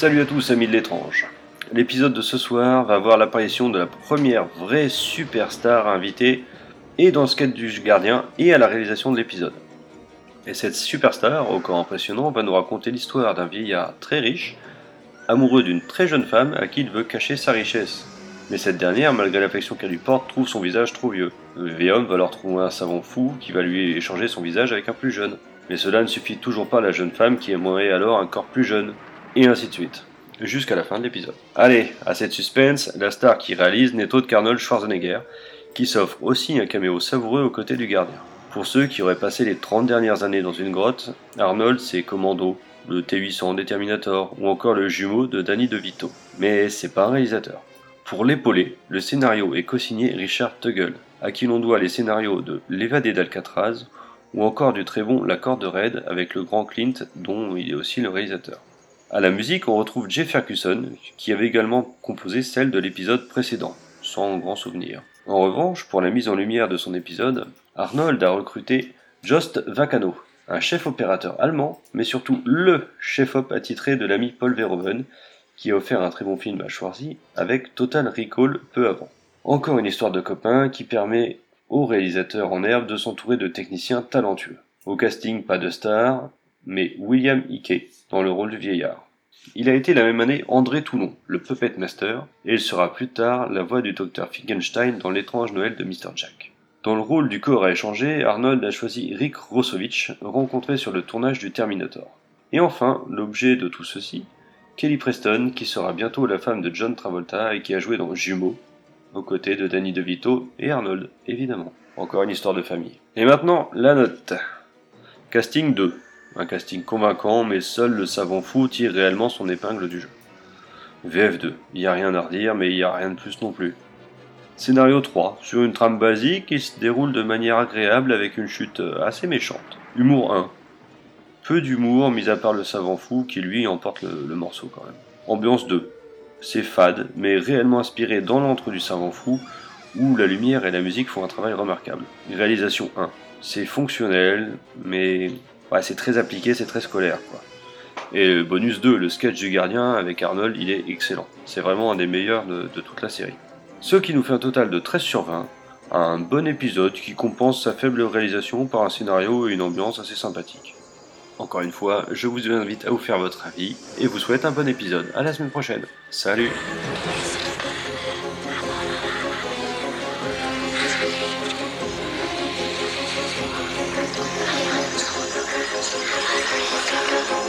Salut à tous amis de l'étrange. L'épisode de ce soir va voir l'apparition de la première vraie superstar invitée et dans le sketch du gardien et à la réalisation de l'épisode. Et cette superstar, au corps impressionnant, va nous raconter l'histoire d'un vieillard très riche, amoureux d'une très jeune femme à qui il veut cacher sa richesse. Mais cette dernière, malgré l'affection qu'elle lui porte, trouve son visage trop vieux. Le vieil homme va alors trouver un savant fou qui va lui échanger son visage avec un plus jeune. Mais cela ne suffit toujours pas à la jeune femme qui aimerait alors un corps plus jeune. Et ainsi de suite. Jusqu'à la fin de l'épisode. Allez, à cette suspense, la star qui réalise n'est autre qu'Arnold Schwarzenegger, qui s'offre aussi un caméo savoureux aux côtés du gardien. Pour ceux qui auraient passé les 30 dernières années dans une grotte, Arnold c'est Commando, le T-800 des Terminator, ou encore le jumeau de Danny DeVito. Mais c'est pas un réalisateur. Pour l'épauler, le scénario est co-signé Richard Tuggle, à qui l'on doit les scénarios de L'évadé d'Alcatraz, ou encore du très bon La Corde raide avec le grand Clint, dont il est aussi le réalisateur. À la musique, on retrouve Jay Ferguson, qui avait également composé celle de l'épisode précédent, sans grand souvenir. En revanche, pour la mise en lumière de son épisode, Arnold a recruté Jost Vacano, un chef opérateur allemand, mais surtout LE chef-op attitré de l'ami Paul Verhoeven, qui a offert un très bon film à Schwarzy avec Total Recall peu avant. Encore une histoire de copains qui permet au réalisateur en herbe de s'entourer de techniciens talentueux. Au casting, pas de star, mais William Hickey dans le rôle du vieillard. Il a été la même année André Toulon, le Puppet Master, et il sera plus tard la voix du Dr Finkelstein dans l'étrange Noël de Mr. Jack. Dans le rôle du corps à échanger, Arnold a choisi Rick Rossovich, rencontré sur le tournage du Terminator. Et enfin, l'objet de tout ceci, Kelly Preston, qui sera bientôt la femme de John Travolta et qui a joué dans Jumeaux, aux côtés de Danny DeVito et Arnold, évidemment. Encore une histoire de famille. Et maintenant, la note. Casting 2. Un casting convaincant, mais seul le savant fou tire réellement son épingle du jeu. VF2, y a rien à redire, mais y a rien de plus non plus. Scénario 3, sur une trame basique qui se déroule de manière agréable avec une chute assez méchante. Humour 1. Peu d'humour, mis à part le savant fou qui lui emporte le morceau quand même. Ambiance 2. C'est fade, mais réellement inspiré dans l'antre du savant fou, où la lumière et la musique font un travail remarquable. Réalisation 1. C'est fonctionnel, mais ouais, c'est très appliqué, c'est très scolaire, quoi. Et bonus 2, le sketch du gardien avec Arnold, il est excellent. C'est vraiment un des meilleurs de toute la série. Ce qui nous fait un total de 13 sur 20, un bon épisode qui compense sa faible réalisation par un scénario et une ambiance assez sympathique. Encore une fois, je vous invite à vous faire votre avis et vous souhaite un bon épisode. À la semaine prochaine. Salut! Thank you.